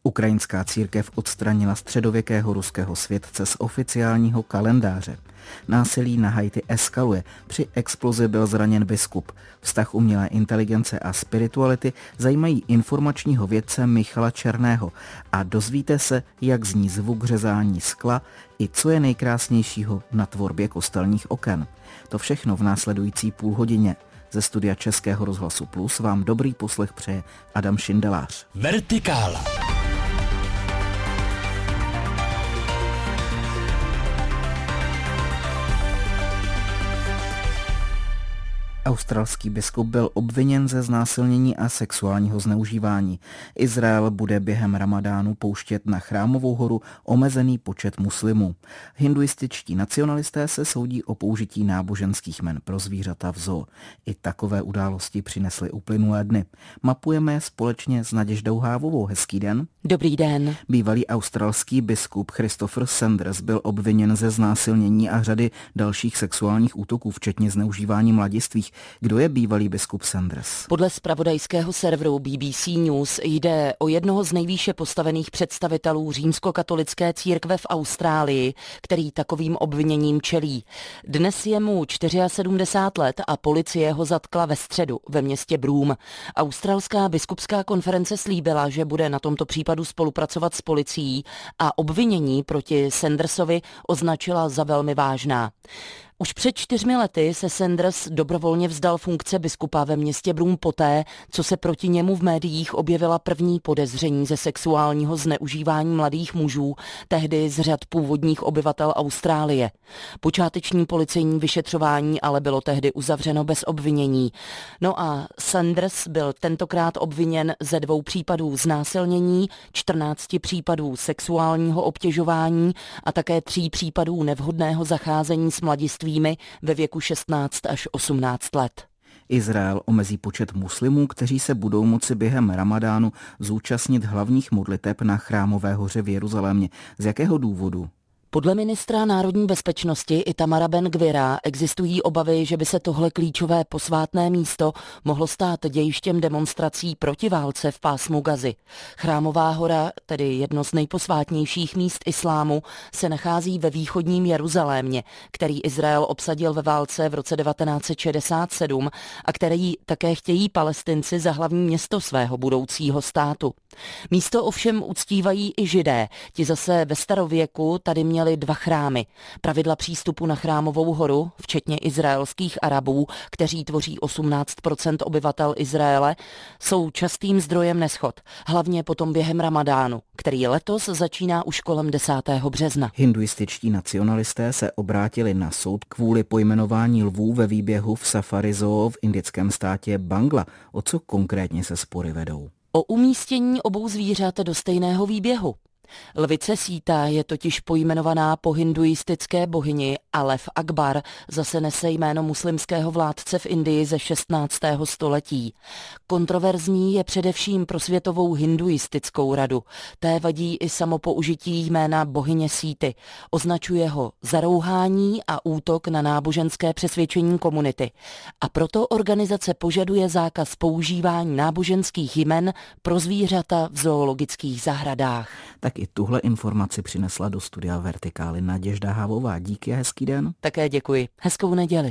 Ukrajinská církev odstranila středověkého ruského světce z oficiálního kalendáře. Násilí na Haiti eskaluje. Při explozi byl zraněn biskup. Vztah umělé inteligence a spirituality zajímají informačního vědce Michala Černého a dozvíte se, jak zní zvuk řezání skla i co je nejkrásnějšího na tvorbě kostelních oken. To všechno v následující půlhodině. Ze studia Českého rozhlasu Plus vám dobrý poslech přeje Adam Šindelář. Vertikála. Australský biskup byl obviněn ze znásilnění a sexuálního zneužívání. Izrael bude během ramadánu pouštět na Chrámovou horu omezený počet muslimů. Hinduističtí nacionalisté se soudí o použití náboženských jmen pro zvířata v zoo. I takové události přinesly uplynulé dny. Mapujeme je společně s Naděždou Hávovou. Hezký den. Dobrý den. Bývalý australský biskup Christopher Sanders byl obviněn ze znásilnění a řady dalších sexuálních útoků, včetně zneužívání mladistvých. Kdo je bývalý biskup Sanders? Podle zpravodajského serveru BBC News jde o jednoho z nejvýše postavených představitelů římskokatolické církve v Austrálii, který takovým obviněním čelí. Dnes je mu 74 let a policie ho zatkla ve středu ve městě Broome. Australská biskupská konference slíbila, že bude na tomto případu spolupracovat s policií a obvinění proti Sandersovi označila za velmi vážná. Už před 4 lety se Sanders dobrovolně vzdal funkce biskupa ve městě Broome poté, co se proti němu v médiích objevila první podezření ze sexuálního zneužívání mladých mužů, tehdy z řad původních obyvatel Austrálie. Počáteční policejní vyšetřování ale bylo tehdy uzavřeno bez obvinění. No a Sanders byl tentokrát obviněn ze 2 případů znásilnění, 14 případů sexuálního obtěžování a také 3 případů nevhodného zacházení s mladistvými ve věku 16 až 18 let. Izrael omezí počet muslimů, kteří se budou moci během ramadánu zúčastnit hlavních modliteb na Chrámové hoře v Jeruzalémě. Z jakého důvodu? Podle ministra národní bezpečnosti Itamara Ben-Gvira existují obavy, že by se tohle klíčové posvátné místo mohlo stát dějištěm demonstrací proti válce v pásmu Gazy. Chrámová hora, tedy jedno z nejposvátnějších míst islámu, se nachází ve východním Jeruzalémě, který Izrael obsadil ve válce v roce 1967 a který také chtějí Palestinci za hlavní město svého budoucího státu. Místo ovšem uctívají i Židé, ti zase ve starověku tady měli 2 chrámy. Pravidla přístupu na Chrámovou horu, včetně izraelských Arabů, kteří tvoří 18% obyvatel Izraele, jsou častým zdrojem neshod, hlavně potom během ramadánu, který letos začíná už kolem 10. března. Hinduističtí nacionalisté se obrátili na soud kvůli pojmenování lvů ve výběhu v Safari Zoo v indickém státě Bangla. O co konkrétně se spory vedou? O umístění obou zvířat do stejného výběhu. Lvice Sita je totiž pojmenovaná po hinduistické bohyni a lev Akbar zase nese jméno muslimského vládce v Indii ze 16. století. Kontroverzní je především pro Světovou hinduistickou radu. Té vadí i samopoužití jména bohyně Síty. Označuje ho za rouhání a útok na náboženské přesvědčení komunity. A proto organizace požaduje zákaz používání náboženských jmen pro zvířata v zoologických zahradách. Tak i tuhle informaci přinesla do studia Vertikály Naděžda Hávová. Díky a hezký den. Také děkuji. Hezkou neděli.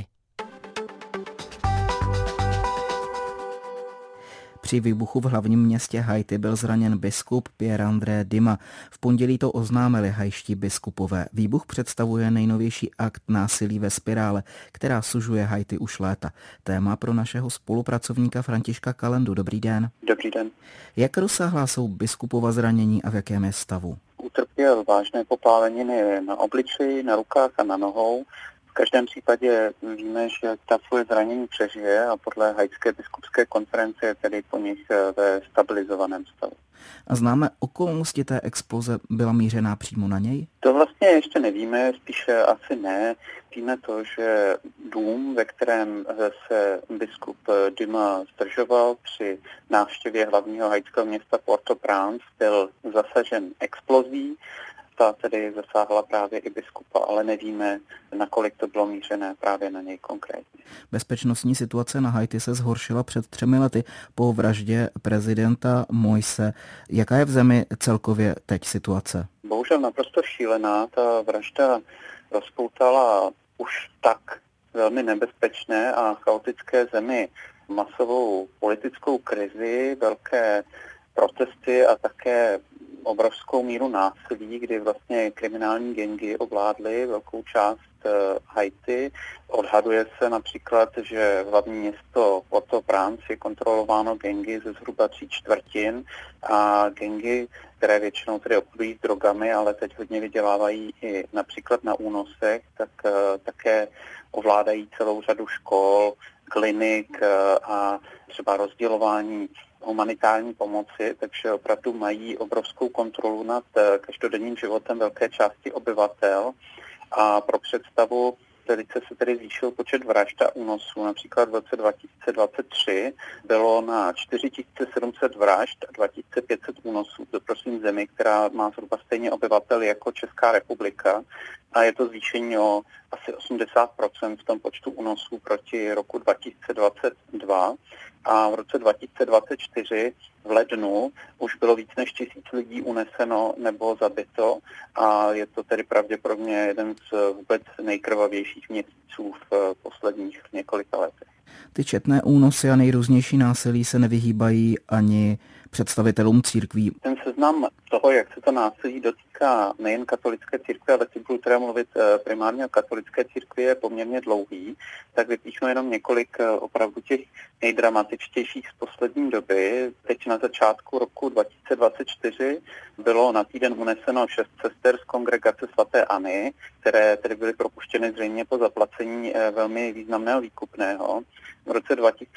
Při výbuchu v hlavním městě Haiti byl zraněn biskup Pierre-André Dima. V pondělí to oznámili hajští biskupové. Výbuch představuje nejnovější akt násilí ve spirále, která sužuje Haiti už léta. Téma pro našeho spolupracovníka Františka Kalendu. Dobrý den. Dobrý den. Jak rozsáhlá jsou biskupova zranění a v jakém je stavu? Utrpěl vážné popáleniny na obličeji, na rukách a na nohou. V každém případě víme, že ta svoje zranění přežije a podle haitské biskupské konference je tedy po nich ve stabilizovaném stavu. A známe okolnosti té exploze, byla mířená přímo na něj? To vlastně ještě nevíme, spíše asi ne. Víme to, že dům, ve kterém se biskup Dima zdržoval při návštěvě hlavního haitského města Port-au-Prince, byl zasažen explozí ta tedy zasáhla právě i biskupa, ale nevíme, nakolik to bylo mířené právě na něj konkrétně. Bezpečnostní situace na Haiti se zhoršila před 3 lety po vraždě prezidenta Moise. Jaká je v zemi celkově teď situace? Bohužel naprosto šílená. Ta vražda rozpoutala už tak velmi nebezpečné a chaotické zemi masovou politickou krizi, velké protesty a také obrovskou míru násilí, kdy vlastně kriminální gangy ovládly velkou část Haiti. Odhaduje se například, že hlavní město Port-au-Prince je kontrolováno gangy ze zhruba 3/4 a gangy, které většinou tedy obchodují s drogami, ale teď hodně vydělávají i například na únosech, tak také ovládají celou řadu škol, klinik a třeba rozdělování humanitární pomoci, takže opravdu mají obrovskou kontrolu nad každodenním životem velké části obyvatel. A pro představu, velice se tedy zvýšil počet vražd a únosů. Například v roce 2023 bylo na 4700 vražd a 2500 únosů. To prosím zemi, která má zhruba stejně obyvatel jako Česká republika. A je to zvýšení o asi 80% v tom počtu únosů proti roku 2022. A v roce 2024 v lednu už bylo víc než 1000 lidí uneseno nebo zabito a je to tedy pravděpodobně jeden z vůbec nejkrvavějších měsíců v posledních několika letech. Ty četné únosy a nejrůznější násilí se nevyhýbají ani představitelům církví. Ten seznam toho, jak se to násilí dotýká nejen katolické církve, ale si budu teda mluvit primárně o katolické církvi, je poměrně dlouhý, tak vypíchnu jenom několik opravdu těch nejdramatičtějších z poslední doby. Teď na začátku roku 2024 bylo na týden uneseno 6 sester z kongregace svaté Anny, které tedy byly propuštěny zřejmě po zaplacení velmi významného výkupného. V roce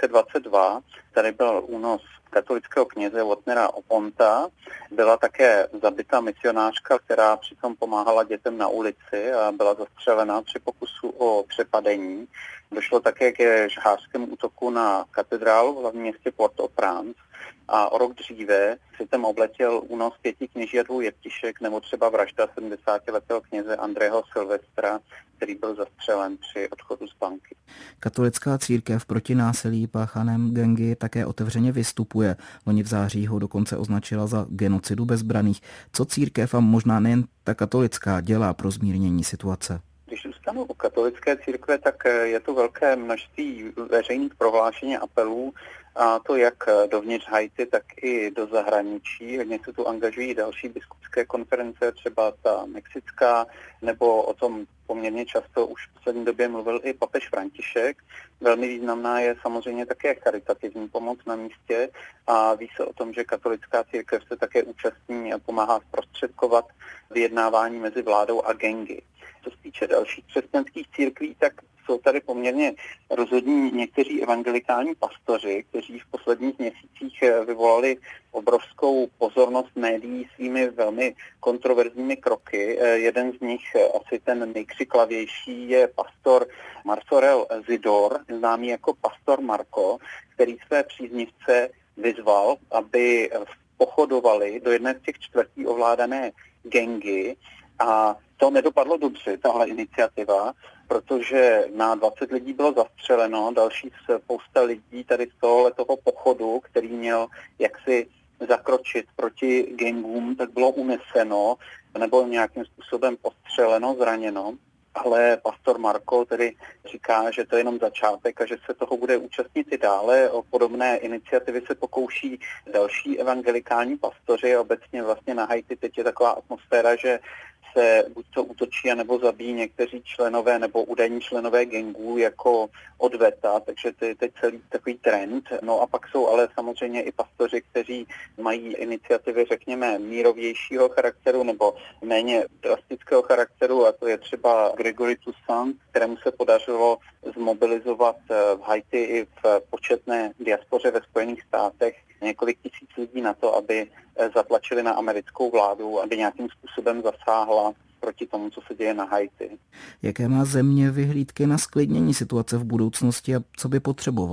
2022 tady byl únos katolického kněze Watnera Oponta. Byla také zabita misionářka, která přitom pomáhala dětem na ulici a byla zastřelena při pokusu o přepadení. Došlo také ke žhářskému útoku na katedrálu v hlavním městě Port-au-Prince a o rok dříve světem obletěl únos 5 kněží a 2 jeptišek nebo třeba vražda 70letého kněze Andreho Silvestra, který byl zastřelen při odchodu z banky. Katolická církev proti násilí páchaném gangy také otevřeně vystupuje. Loni v září ho dokonce označila za genocidu bezbraných. Co církev a možná nejen ta katolická dělá pro zmírnění situace? Když zůstanu u katolické církve, tak je to velké množství veřejných prohlášení apelů, a to jak dovnitř Haiti, tak i do zahraničí. Hodně se tu angažují další biskupské konference, třeba ta mexická, nebo o tom poměrně často už v poslední době mluvil i papež František. Velmi významná je samozřejmě také charitativní pomoc na místě a ví se o tom, že katolická církev se také účastní a pomáhá zprostředkovat vyjednávání mezi vládou a gangy. Co se týče dalších křesťanských církví, tak jsou tady poměrně rozhodní někteří evangelikální pastoři, kteří v posledních měsících vyvolali obrovskou pozornost médií svými velmi kontroverzními kroky. Jeden z nich, asi ten nejkřiklavější, je pastor Marsorel Zidor, známý jako pastor Marko, který své příznivce vyzval, aby pochodovali do jedné z těch čtvrtí ovládané gangy. A to nedopadlo dobře, tahle iniciativa, protože na 20 lidí bylo zastřeleno, další spousta lidí tady z tohoto pochodu, který měl jaksi zakročit proti gangům, tak bylo uneseno nebo nějakým způsobem postřeleno, zraněno. Ale pastor Marko tedy říká, že to je jenom začátek a že se toho bude účastnit i dále. O podobné iniciativy se pokouší další evangelikální pastoři. Obecně vlastně na Haiti teď je taková atmosféra, že se buď to útočí, nebo zabíjí někteří členové nebo údajní členové gangů jako odveta, takže to je teď celý takový trend. No a pak jsou ale samozřejmě i pastoři, kteří mají iniciativy, řekněme, mírovějšího charakteru nebo méně drastického charakteru, a to je třeba Gregory Toussaint, kterému se podařilo zmobilizovat v Haiti i v početné diaspoře ve Spojených státech několik tisíc lidí na to, aby zatlačili na americkou vládu, aby nějakým způsobem zasáhla proti tomu, co se děje na Haiti. Jaké má země vyhlídky na zklidnění situace v budoucnosti a co by potřebovala?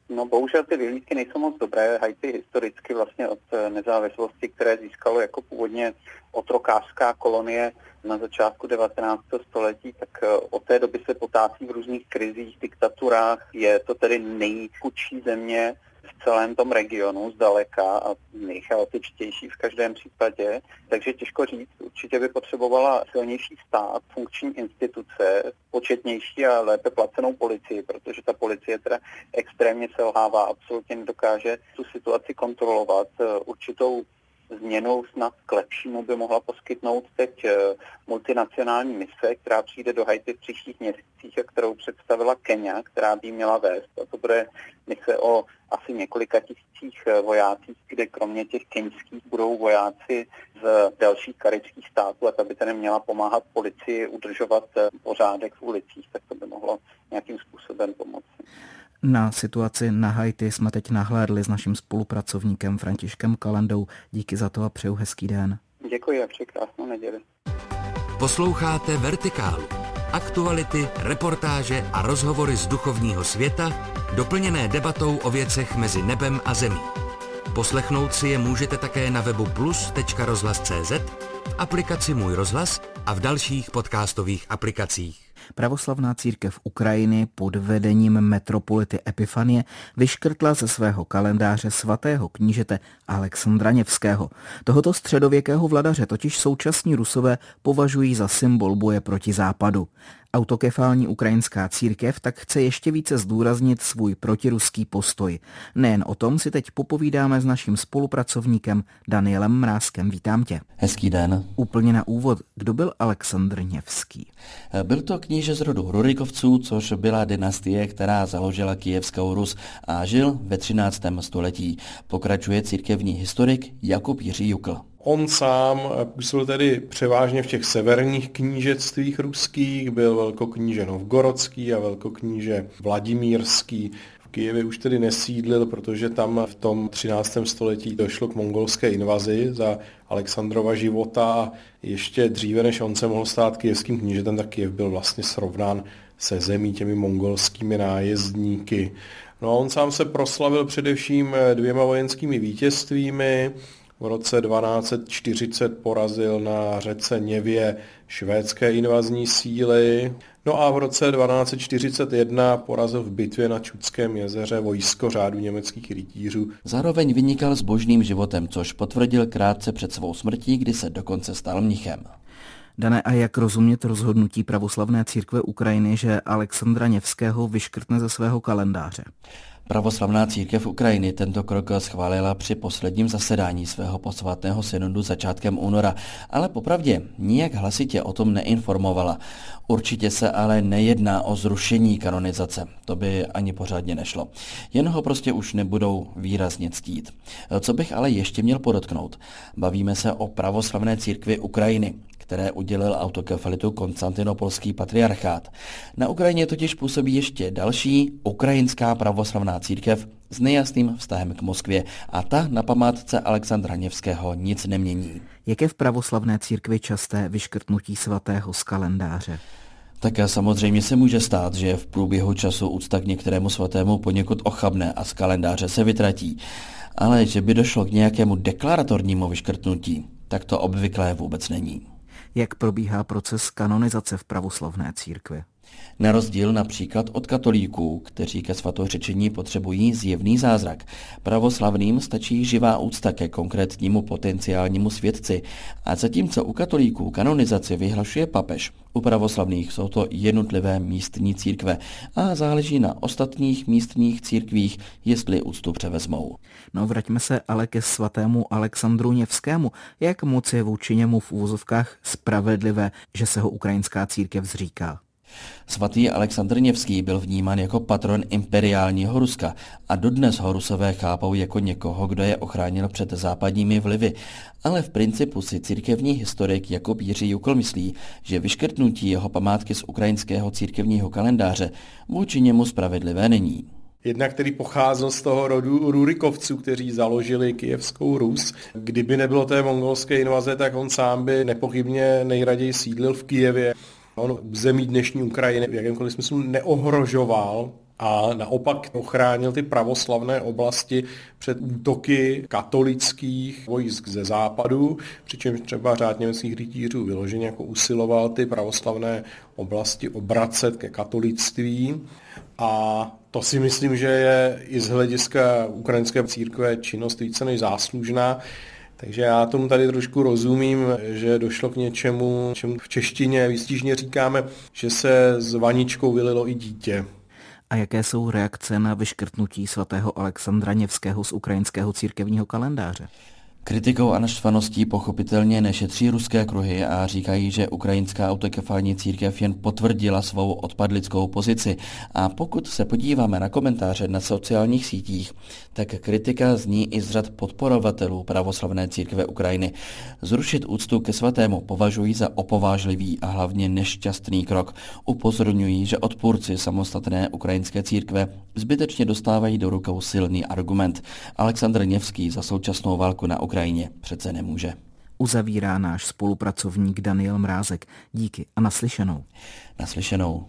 No bohužel ty vyhlídky nejsou moc dobré. Haiti historicky vlastně od nezávislosti, které získalo jako původně otrokářská kolonie na začátku 19. století, tak od té doby se potácí v různých krizích, diktaturách. Je to tedy nejchudší země v celém tom regionu zdaleka a nejchaotičtější v každém případě. Takže těžko říct, určitě by potřebovala silnější stát, funkční instituce, početnější a lépe placenou policii, protože ta policie teda extrémně selhává, absolutně nedokáže tu situaci kontrolovat. Určitou změnou snad k lepšímu by mohla poskytnout teď multinacionální mise, která přijde do Haiti v příštích měsících a kterou představila Kenia, která by měla vést. A to bude mise o asi několika tisících vojácích, kde kromě těch keňských budou vojáci z dalších karibských států a ta by tedy měla pomáhat policii udržovat pořádek v ulicích, tak to by mohlo nějakým způsobem pomoci. Na situaci na Haiti jsme teď nahlédli s naším spolupracovníkem Františkem Kalandou. Díky za to a přeju hezký den. Děkuji a přeji krásnou neděli. Posloucháte Vertikálu. Aktuality, reportáže a rozhovory z duchovního světa, doplněné debatou o věcech mezi nebem a zemí. Poslechnout si je můžete také na webu plus.rozhlas.cz, v aplikaci Můj rozhlas a v dalších podcastových aplikacích. Pravoslavná církev Ukrajiny pod vedením metropolity Epifanie vyškrtla ze svého kalendáře svatého knížete Alexandra Nevského. Tohoto středověkého vladaře totiž současní Rusové považují za symbol boje proti západu. Autokefální ukrajinská církev tak chce ještě více zdůraznit svůj protiruský postoj. Nejen o tom si teď popovídáme s naším spolupracovníkem Danielem Mrázkem. Vítám tě. Hezký den. Úplně na úvod, kdo byl Alexandr Nevský? Byl to kníže z rodu Rurikovců, což byla dynastie, která založila Kyjevskou Rus a žil ve 13. století. Pokračuje církevní historik Jakub Jiří Jukl. On sám působil tedy převážně v těch severních knížectvích ruských, byl velkokníže Novgorodský a velkokníže Vladimírský. V Kyjevě už tedy nesídlil, protože tam v tom 13. století došlo k mongolské invazi za Alexandrova života a ještě dříve, než on se mohl stát kyjevským knížetem, tak Kyjev byl vlastně srovnán se zemí těmi mongolskými nájezdníky. No a on sám se proslavil především 2 vojenskými vítězstvími. V roce 1240 porazil na řece Něvě švédské invazní síly. No a v roce 1241 porazil v bitvě na Čudském jezeře vojsko řádu německých rytířů. Zároveň vynikal zbožným životem, což potvrdil krátce před svou smrtí, kdy se dokonce stal mnichem. Dané, a jak rozumět rozhodnutí pravoslavné církve Ukrajiny, že Alexandra Nevského vyškrtne ze svého kalendáře? Pravoslavná církev Ukrajiny tento krok schválila při posledním zasedání svého posvátného synodu začátkem února, ale popravdě nijak hlasitě o tom neinformovala. Určitě se ale nejedná o zrušení kanonizace, to by ani pořádně nešlo. Jen ho prostě už nebudou výrazně ctít. Co bych ale ještě měl podotknout? Bavíme se o pravoslavné církvi Ukrajiny, které udělil autokefalitu Konstantinopolský patriarchát. Na Ukrajině totiž působí ještě další ukrajinská pravoslavná církev s nejasným vztahem k Moskvě a ta na památce Alexandra Nevského nic nemění. Jak je v pravoslavné církvi časté vyškrtnutí svatého z kalendáře? Tak samozřejmě se může stát, že v průběhu času úcta k některému svatému poněkud ochabne a z kalendáře se vytratí. Ale že by došlo k nějakému deklaratornímu vyškrtnutí, tak to obvyklé vůbec není. Jak probíhá proces kanonizace v pravoslavné církvi? Na rozdíl například od katolíků, kteří ke svatořečení potřebují zjevný zázrak. Pravoslavným stačí živá úcta ke konkrétnímu potenciálnímu svědci a zatímco u katolíků kanonizaci vyhlašuje papež, u pravoslavných jsou to jednotlivé místní církve a záleží na ostatních místních církvích, jestli úctu převezmou. No, vraťme se ale ke svatému Alexandru Nevskému. Jak moc je vůči němu v úvozovkách spravedlivé, že se ho ukrajinská církev zříká? Svatý Alexandr Nevský byl vnímán jako patron imperiálního Ruska a dodnes ho Rusové chápou jako někoho, kdo je ochránil před západními vlivy. Ale v principu si církevní historik Jakub Jiří Jukl myslí, že vyškrtnutí jeho památky z ukrajinského církevního kalendáře vůči němu spravedlivé není. Jednak který pocházel z toho rodu Rurikovců, kteří založili Kyjevskou Rus. Kdyby nebylo té mongolské invaze, tak on sám by nepochybně nejraději sídlil v Kyjevě. On zemí dnešní Ukrajiny v jakémkoliv smyslu neohrožoval a naopak ochránil ty pravoslavné oblasti před útoky katolických vojsk ze západu, přičemž třeba řád německých rytířů vyloženě jako usiloval ty pravoslavné oblasti obracet ke katolictví. A to si myslím, že je i z hlediska ukrajinské církve činnost více než záslužná. Takže já tomu tady trošku rozumím, že došlo k něčemu, čemu v češtině výstižně říkáme, že se s vaničkou vylilo i dítě. A jaké jsou reakce na vyškrtnutí svatého Alexandra Nevského z ukrajinského církevního kalendáře? Kritikou a naštvaností pochopitelně nešetří ruské kruhy a říkají, že ukrajinská autokefální církev jen potvrdila svou odpadlickou pozici. A pokud se podíváme na komentáře na sociálních sítích, tak kritika zní i z řad podporovatelů pravoslavné církve Ukrajiny. Zrušit úctu ke svatému považují za opovážlivý a hlavně nešťastný krok. Upozorňují, že odpůrci samostatné ukrajinské církve zbytečně dostávají do rukou silný argument. Alexandr Nevský za současnou válku na Ukrajině přece nemůže. Uzavírá náš spolupracovník Daniel Mrázek. Díky a naslyšenou. Naslyšenou.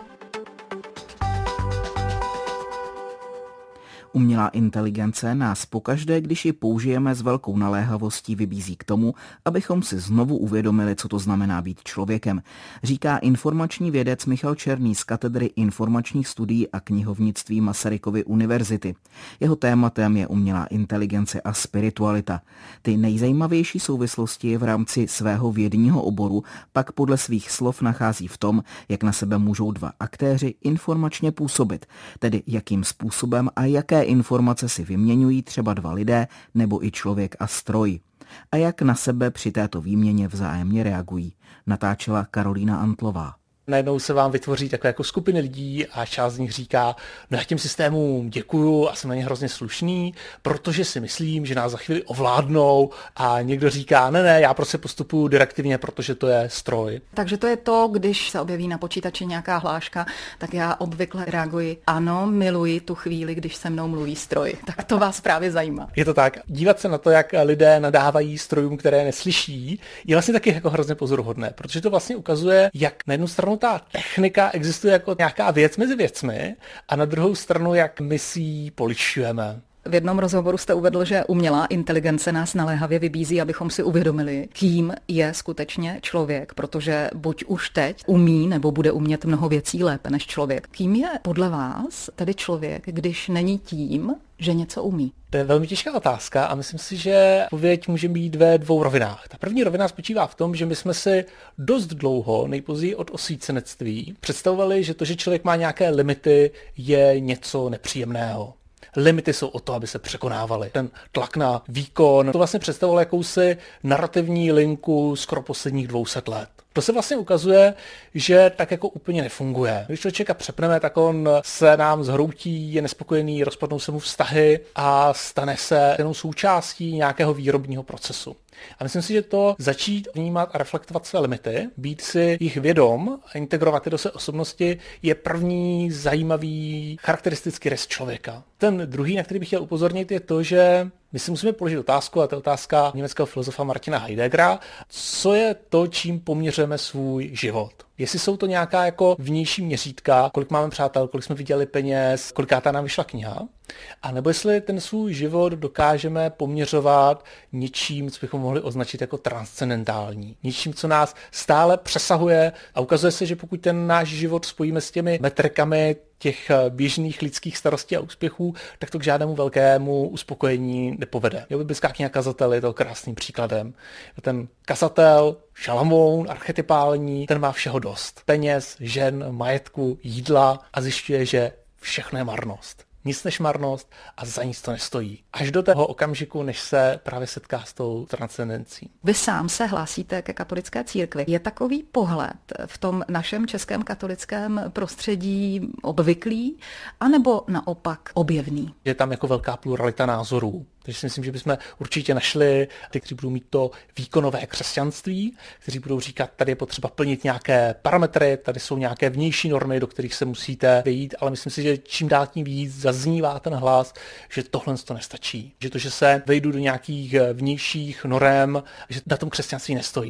Umělá inteligence nás pokaždé, když ji použijeme s velkou naléhavostí, vybízí k tomu, abychom si znovu uvědomili, co to znamená být člověkem, říká informační vědec Michal Černý z katedry informačních studií a knihovnictví Masarykovy univerzity. Jeho tématem je umělá inteligence a spiritualita. Ty nejzajímavější souvislosti v rámci svého vědního oboru pak podle svých slov nachází v tom, jak na sebe můžou dva aktéři informačně působit, tedy jakým způsobem a jaké informace si vyměňují třeba dva lidé nebo i člověk a stroj. A jak na sebe při této výměně vzájemně reagují, natáčela Karolína Antlová. Najednou se vám vytvoří takové jako skupiny lidí a část z nich říká, no já těm systémům děkuju a jsem na ně hrozně slušný, protože si myslím, že nás za chvíli ovládnou, a někdo říká, ne, já prostě postupuju direktivně, protože to je stroj. Takže to je to, když se objeví na počítači nějaká hláška, tak já obvykle reaguji, ano, miluji tu chvíli, když se mnou mluví stroj. Tak to vás právě zajímá. Je to tak. Dívat se na to, jak lidé nadávají strojům, které neslyší, je vlastně taky jako hrozně pozoruhodné, protože to vlastně ukazuje, jak na jednu stranu ta technika existuje jako nějaká věc mezi věcmi a na druhou stranu, jak my si ji poličujeme. V jednom rozhovoru jste uvedl, že umělá inteligence nás naléhavě vybízí, abychom si uvědomili, kým je skutečně člověk, protože buď už teď umí nebo bude umět mnoho věcí lépe než člověk. Kým je podle vás tedy člověk, když není tím, že něco umí? To je velmi těžká otázka a myslím si, že odpověď může být ve dvou rovinách. Ta první rovina spočívá v tom, že my jsme si dost dlouho, nejpozději od osvícenectví, představovali, že to, že člověk má nějaké limity, je něco nepříjemného. Limity jsou o to, aby se překonávaly. Ten tlak na výkon, to vlastně představovalo jakousi narrativní linku skoro posledních 200 let. To se vlastně ukazuje, že tak jako úplně nefunguje. Když člověka přepneme, tak on se nám zhroutí, je nespokojený, rozpadnou se mu vztahy a stane se jenom součástí nějakého výrobního procesu. A myslím si, že to začít vnímat a reflektovat své limity, být si jich vědom a integrovat je do své osobnosti je první zajímavý charakteristický rys člověka. Ten druhý, na který bych chtěl upozornit, je to, že my si musíme položit otázku, a to je otázka německého filozofa Martina Heideggera, co je to, čím poměřujeme svůj život. Jestli jsou to nějaká jako vnější měřítka, kolik máme přátel, kolik jsme vydělali peněz, kolikátá nám vyšla kniha, a nebo jestli ten svůj život dokážeme poměřovat něčím, co bychom mohli označit jako transcendentální. Něčím, co nás stále přesahuje a ukazuje se, že pokud ten náš život spojíme s těmi metrikami těch běžných lidských starostí a úspěchů, tak to k žádnému velkému uspokojení nepovede. Biblická kniha Kazatel je to krásným příkladem. Ten kazatel, Šalamoun, archetypální, ten má všeho dost. Peněz, žen, majetku, jídla a zjišťuje, že všechno je marnost. Nic než marnost a za nic to nestojí. Až do toho okamžiku, než se právě setká s tou transcendencí. Vy sám se hlásíte ke katolické církvi. Je takový pohled v tom našem českém katolickém prostředí obvyklý, anebo naopak objevný? Je tam jako velká pluralita názorů. Takže si myslím, že bychom určitě našli ty, kteří budou mít to výkonové křesťanství, kteří budou říkat, tady je potřeba plnit nějaké parametry, tady jsou nějaké vnější normy, do kterých se musíte vejít, ale myslím si, že čím dál tím víc zaznívá ten hlas, že tohle to nestačí. Že to, že se vejdu do nějakých vnějších norem, že na tom křesťanství nestojí.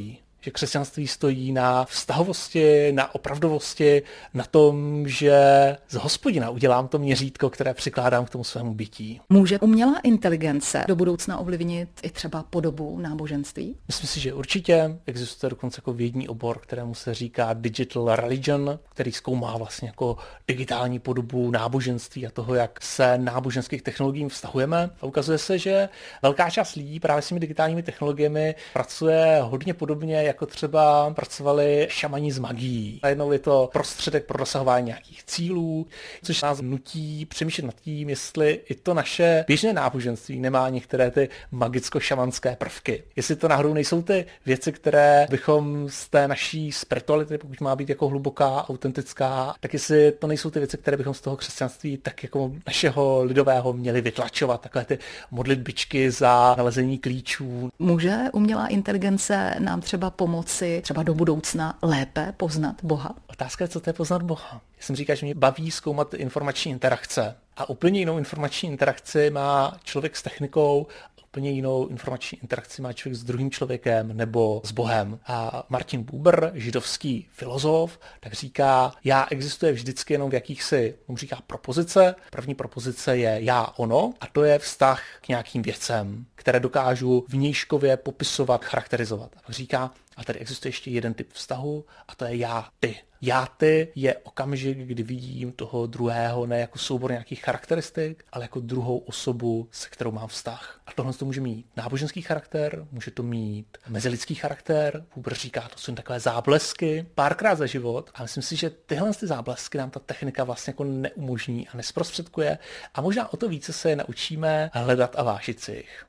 že křesťanství stojí na vztahovosti, na opravdovosti, na tom, že z Hospodina udělám to měřítko, které přikládám k tomu svému bytí. Může umělá inteligence do budoucna ovlivnit i třeba podobu náboženství? Myslím si, že určitě. Existuje dokonce jako vědní obor, kterému se říká Digital Religion, který zkoumá vlastně jako digitální podobu náboženství a toho, jak se náboženských technologiím vztahujeme. A ukazuje se, že velká část lidí právě s těmi digitálními technologiemi pracuje hodně podobně, jako třeba pracovali šamani s magií. Najednou je to prostředek pro dosahování nějakých cílů, což nás nutí přemýšlet nad tím, jestli i to naše běžné náboženství nemá některé ty magicko-šamanské prvky. Jestli to náhodou nejsou ty věci, které bychom z té naší spirituality, pokud má být jako hluboká, autentická, tak jestli to nejsou ty věci, které bychom z toho křesťanství tak jako našeho lidového měli vytlačovat, takové ty modlitbičky za nalezení klíčů. Může umělá inteligence nám třeba pomoci třeba do budoucna lépe poznat Boha? Otázka je, co to je poznat Boha. Já jsem říkal, že mě baví zkoumat informační interakce. A úplně jinou informační interakci má člověk s technikou, úplně jinou informační interakci má člověk s druhým člověkem nebo s Bohem. A Martin Buber, židovský filozof, tak říká, já existuje vždycky jenom v jakýchsi, on říká propozice. První propozice je já, ono, a to je vztah k nějakým věcem, které dokážu vnějškově popisovat, charakterizovat. A pak říká, a tady existuje ještě jeden typ vztahu a to je já, ty. Já, ty je okamžik, kdy vidím toho druhého ne jako soubor nějakých charakteristik, ale jako druhou osobu, se kterou mám vztah. A tohle to může mít náboženský charakter, může to mít mezilidský charakter, Buber říká, to jsou takové záblesky, párkrát za život. A myslím si, že tyhle ty záblesky nám ta technika vlastně jako neumožní a nesprostředkuje a možná o to více se je naučíme hledat a vážit si jich.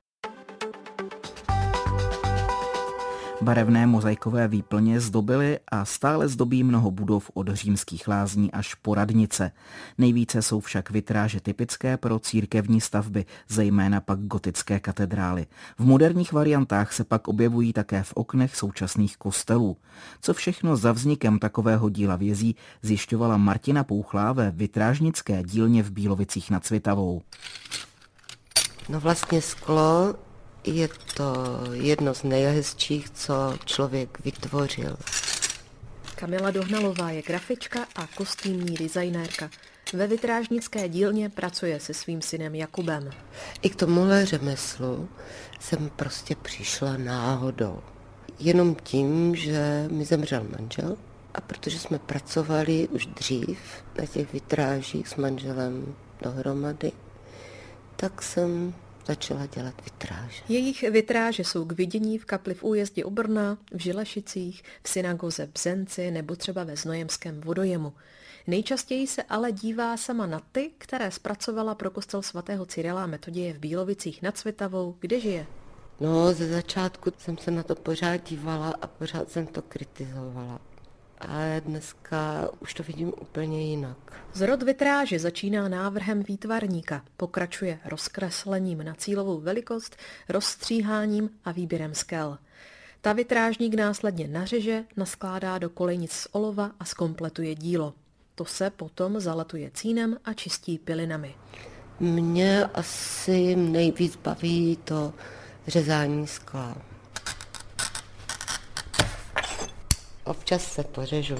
Barevné mozaikové výplně zdobily a stále zdobí mnoho budov od Římských lázní až po radnice. Nejvíce jsou však vitráže typické pro církevní stavby, zejména pak gotické katedrály. V moderních variantách se pak objevují také v oknech současných kostelů. Co všechno za vznikem takového díla vězí, zjišťovala Martina Pouchlá ve vitrážnické dílně v Bílovicích nad Svitavou. No vlastně sklo je to jedno z nejhezčích, co člověk vytvořil. Kamila Dohnalová je grafička a kostýmní designérka. Ve vitrážnické dílně pracuje se svým synem Jakubem. I k tomuhle řemeslu jsem prostě přišla náhodou. Jenom tím, že mi zemřel manžel a protože jsme pracovali už dřív na těch vitrážích s manželem dohromady, tak jsem začala dělat vitráže. Jejich vitráže jsou k vidění v kapli v Újezdě u Brna, v Žilešicích, v synagoze v Bzenci nebo třeba ve Znojemském vodojemu. Nejčastěji se ale dívá sama na ty, které zpracovala pro kostel svatého Cyrila a Metoděje v Bílovicích nad Svitavou, kde žije. No, ze začátku jsem se na to pořád dívala a pořád jsem to kritizovala. Ale dneska už to vidím úplně jinak. Zrod vitráže začíná návrhem výtvarníka, pokračuje rozkreslením na cílovou velikost, rozstříháním a výběrem skel. Ta vitrážník následně nařeže, naskládá do kolejnic z olova a zkompletuje dílo. To se potom zalatuje cínem a čistí pilinami. Mě asi nejvíc baví to řezání skla. Občas se pořežu.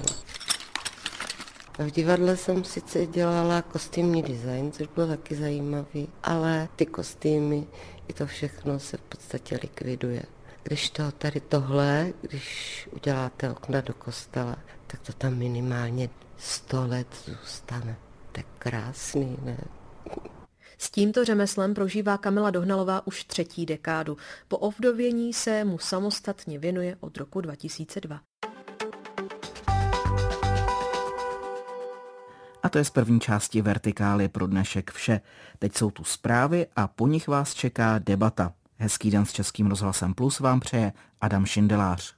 V divadle jsem sice dělala kostýmní design, což bylo taky zajímavý, ale ty kostýmy i to všechno se v podstatě likviduje. Když to tady tohle, když uděláte okna do kostela, tak to tam minimálně 100 let zůstane. Tak krásný, ne? S tímto řemeslem prožívá Kamila Dohnalová už 3. dekádu. Po ovdovění se mu samostatně věnuje od roku 2002. A to je z první části Vertikály pro dnešek vše. Teď jsou tu zprávy a po nich vás čeká debata. Hezký den s Českým rozhlasem Plus vám přeje Adam Šindelář.